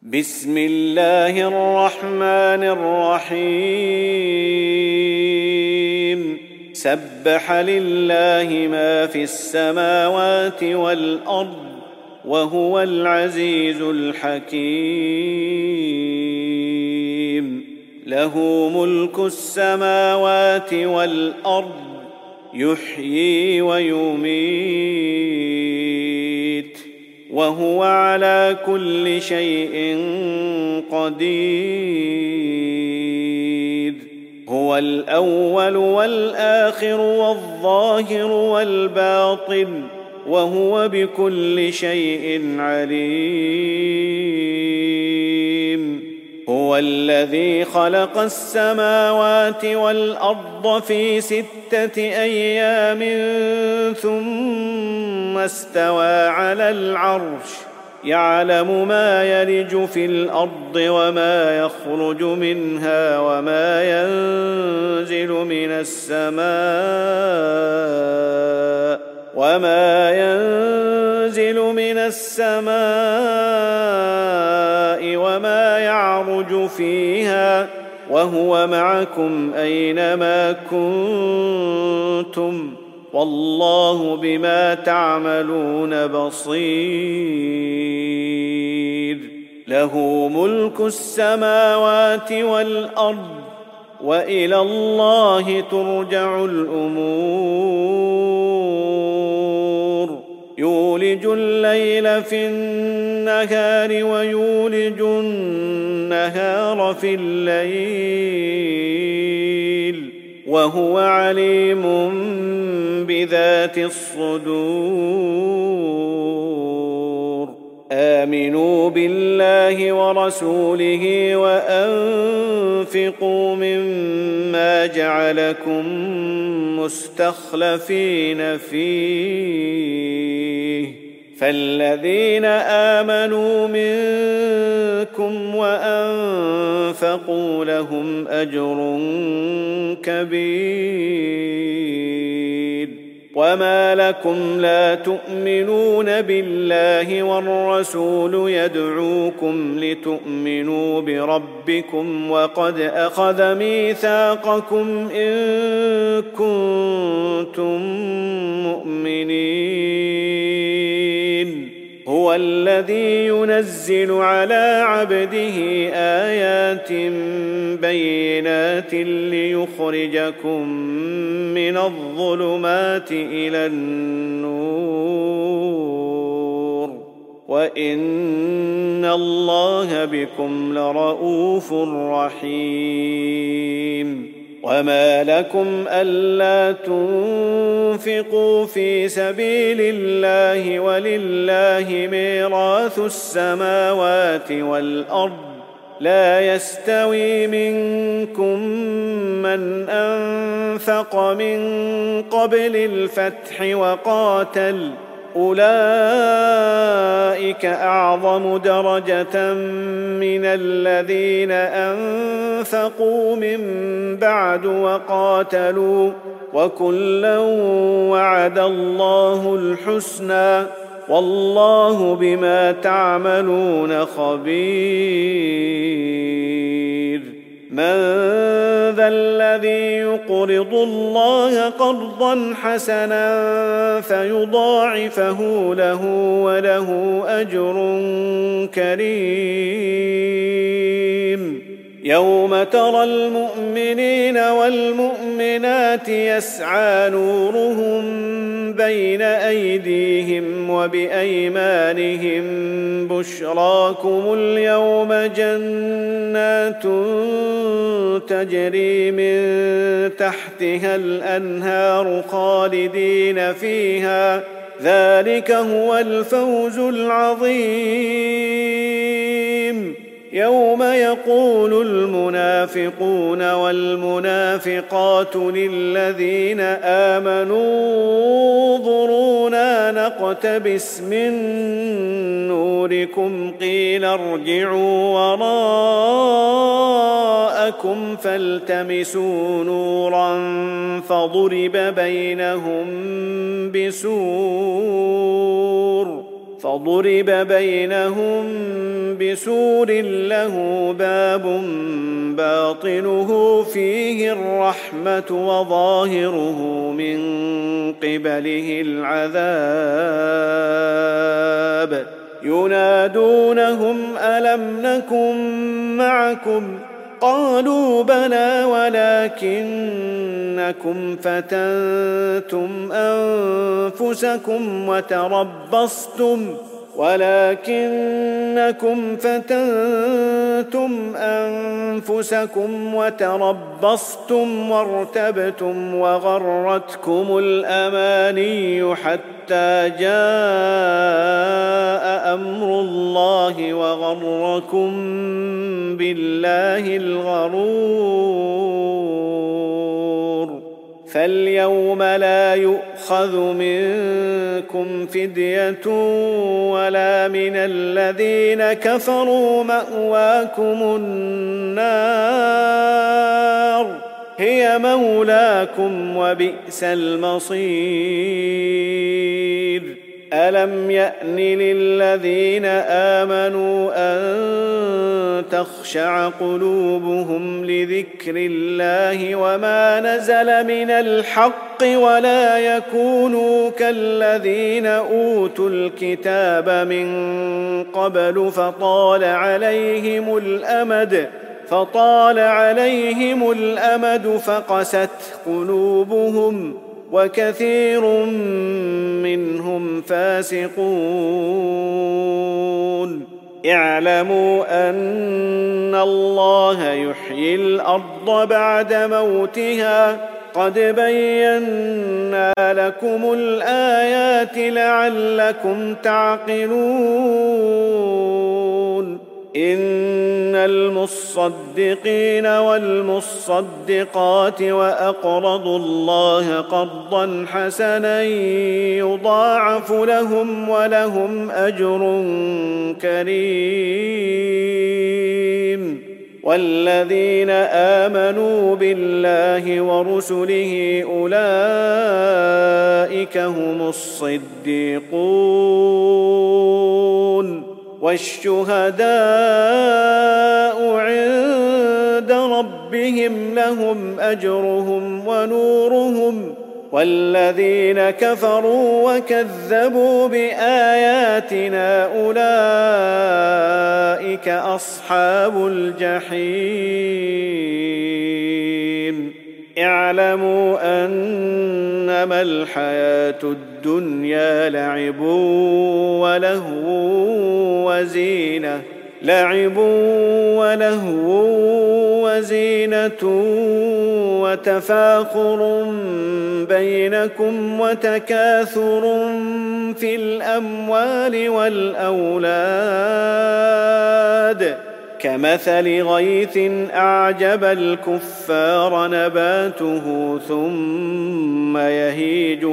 بسم الله الرحمن الرحيم سبح لله ما في السماوات والأرض وهو العزيز الحكيم له ملك السماوات والأرض يحيي ويميت وهو على كل شيء قدير هو الأول والآخر والظاهر والباطن وهو بكل شيء عليم هو الذي خلق السماوات والأرض في 6 أيام ثم استوى على العرش يعلم ما يلج في الأرض وما يخرج منها وما ينزل من السماء وما يعرج فيها وهو معكم أينما كنتم والله بما تعملون بصير له ملك السماوات والأرض وإلى الله ترجع الأمور يولج الليل في النهار ويولج النهار في الليل وهو عليم بذات الصدور آمنوا بالله ورسوله وأنفقوا مما جعلكم مستخلفين فيه فالذين آمنوا منكم وأنفقوا لهم أجر كبير وما لكم لا تؤمنون بالله والرسول يدعوكم لتؤمنوا بربكم وقد أخذ ميثاقكم إن كنتم مؤمنين هو الذي ينزل على عبده آيات بينات ليخرجكم من الظلمات إلى النور وإن الله بكم لرؤوف رحيم وما لكم ألا تنفقوا في سبيل الله ولله ميراث السماوات والأرض لا يستوي منكم من أنفق من قبل الفتح وقاتل أولئك أعظم درجة من الذين أنفقوا من بعد وقاتلوا وكلا وعد الله الحسنى والله بما تعملون خبير من ذا الذي يقرض الله قرضا حسنا فيضاعفه له وله أجر كريم يوم ترى المؤمنين والمؤمنات يسعى نورهم بين أيديهم وبأيمانهم بشراكم اليوم جنات تجري من تحتها الأنهار خالدين فيها ذلك هو الفوز العظيم يوم يقول المنافقون والمنافقات للذين آمنوا انظرونا نقتبس من نوركم قيل ارجعوا وراءكم فالتمسوا نورا فضرب بينهم بسور فضرب بينهم بسور له باب باطنه فيه الرحمة وظاهره من قبله العذاب ينادونهم ألم نكن معكم قالوا بلى ولكنكم فتنتم أنفسكم وتربصتم وارتبتم وغرتكم الأماني حتى جاء أمر الله وغركم بالله الغرور فاليوم لا يؤخذ منكم فدية ولا من الذين كفروا مأواكم النار هي مولاكم وبئس المصير ألم يأن للذين آمنوا أن تخشع قلوبهم لذكر الله وما نزل من الحق ولا يكونوا كالذين أوتوا الكتاب من قبل فطال عليهم الأمد فقست قلوبهم وكثير منهم فاسقون اعلموا أن الله يحيي الأرض بعد موتها قد بينا لكم الآيات لعلكم تعقلون إن المصدقين والمصدقات وأقرضوا الله قرضا حسنا يضاعف لهم ولهم أجر كريم والذين آمنوا بالله ورسله أولئك هم الصديقون والشهداء عند ربهم لهم أجرهم ونورهم والذين كفروا وكذبوا بآياتنا أولئك أصحاب الجحيم اعلموا أنما الحياة الدنيا لعب ولهو وزينة وتفاخر بينكم وتكاثر في الأموال والأولاد كمثل غيث أعجب الكفار نباته ثم يهيج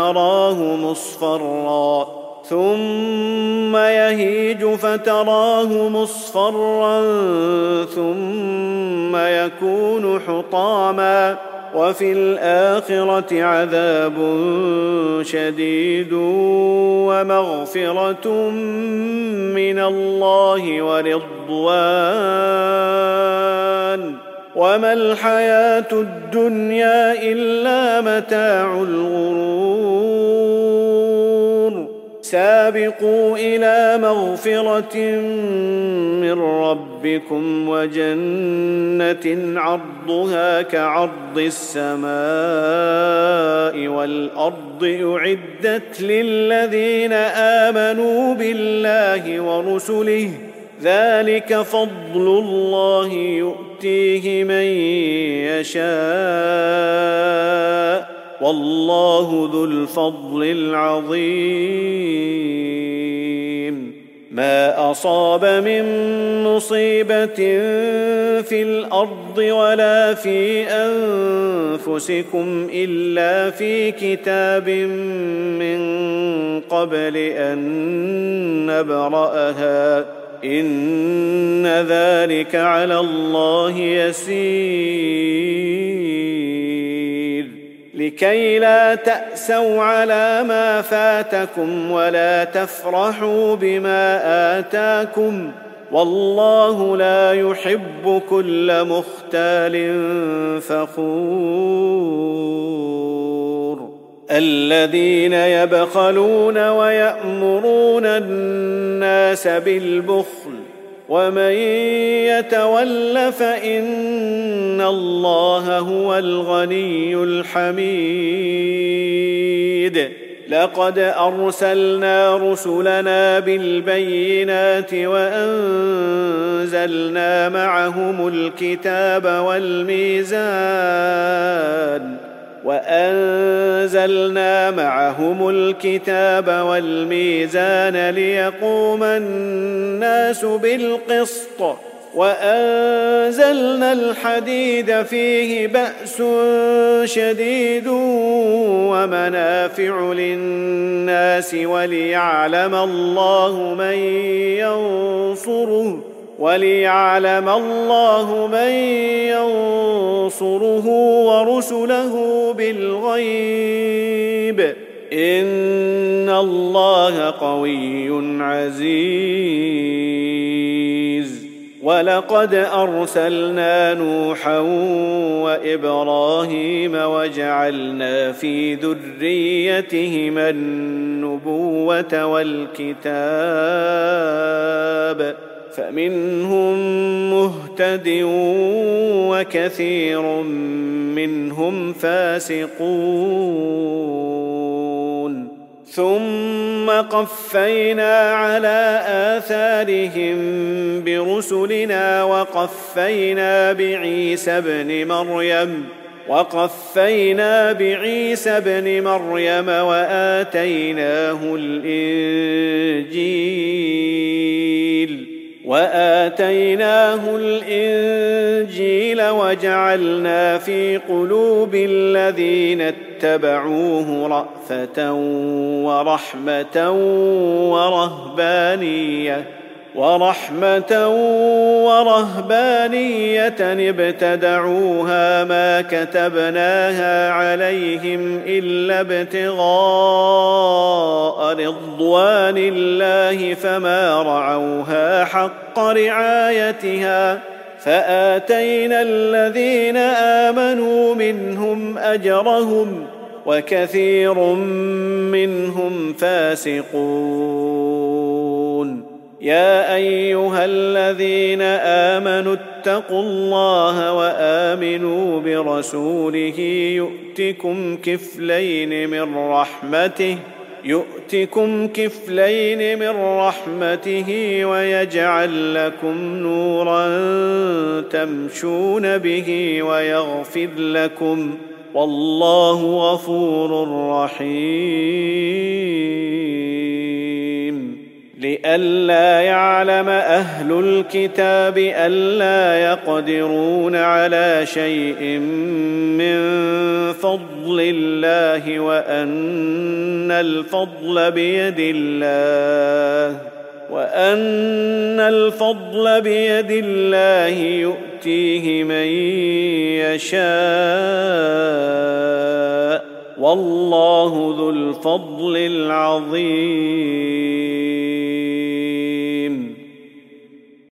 فتراه مصفرا ثم يكون حطاما وفي الآخرة عذاب شديد ومغفرة من الله ورضوان وما الحياة الدنيا إلا متاع الغرور سابقوا إلى مغفرة من ربكم وجنة عرضها كعرض السماء والأرض أعدت للذين آمنوا بالله ورسله ذلك فضل الله يؤتيه من يشاء والله ذو الفضل العظيم ما أصاب من مصيبة في الأرض ولا في أنفسكم إلا في كتاب من قبل أن نبرأها إن ذلك على الله يسير لكي لا تأسوا على ما فاتكم ولا تفرحوا بما آتاكم والله لا يحب كل مختال فخور الذين يبخلون ويأمرون الناس بالبخل ومن يتول فإن الله هو الغني الحميد لقد أرسلنا رسلنا بالبينات وأنزلنا معهم الكتاب والميزان ليقوم الناس بالقسط وأنزلنا الحديد فيه بأس شديد ومنافع للناس وليعلم الله من ينصره ورسله بالغيب إن الله قوي عزيز ولقد أرسلنا نوحا وإبراهيم وجعلنا في ذريتهما النبوة والكتاب فمنهم مهتد وكثير منهم فاسقون ثم قفينا على آثارهم برسلنا وقفينا بعيسى ابن مريم وآتيناه الإنجيل وجعلنا في قلوب الذين اتبعوه رأفة ورحمة ابتدعوها ما كتبناها عليهم إلا ابتغاء رضوان الله فما رعوها حق رعايتها فآتينا الذين آمنوا منهم أجرهم وكثير منهم فاسقون يا أيها الذين آمنوا اتقوا الله وآمنوا برسوله يؤتكم كفلين من رحمته ويجعل لكم نورا تمشون به ويغفر لكم والله غفور رحيم لئلا يعلم أهل الكتاب ألا يقدرون على شيء من فضل الله وأن الفضل بيد الله يؤتيه من يشاء والله ذو الفضل العظيم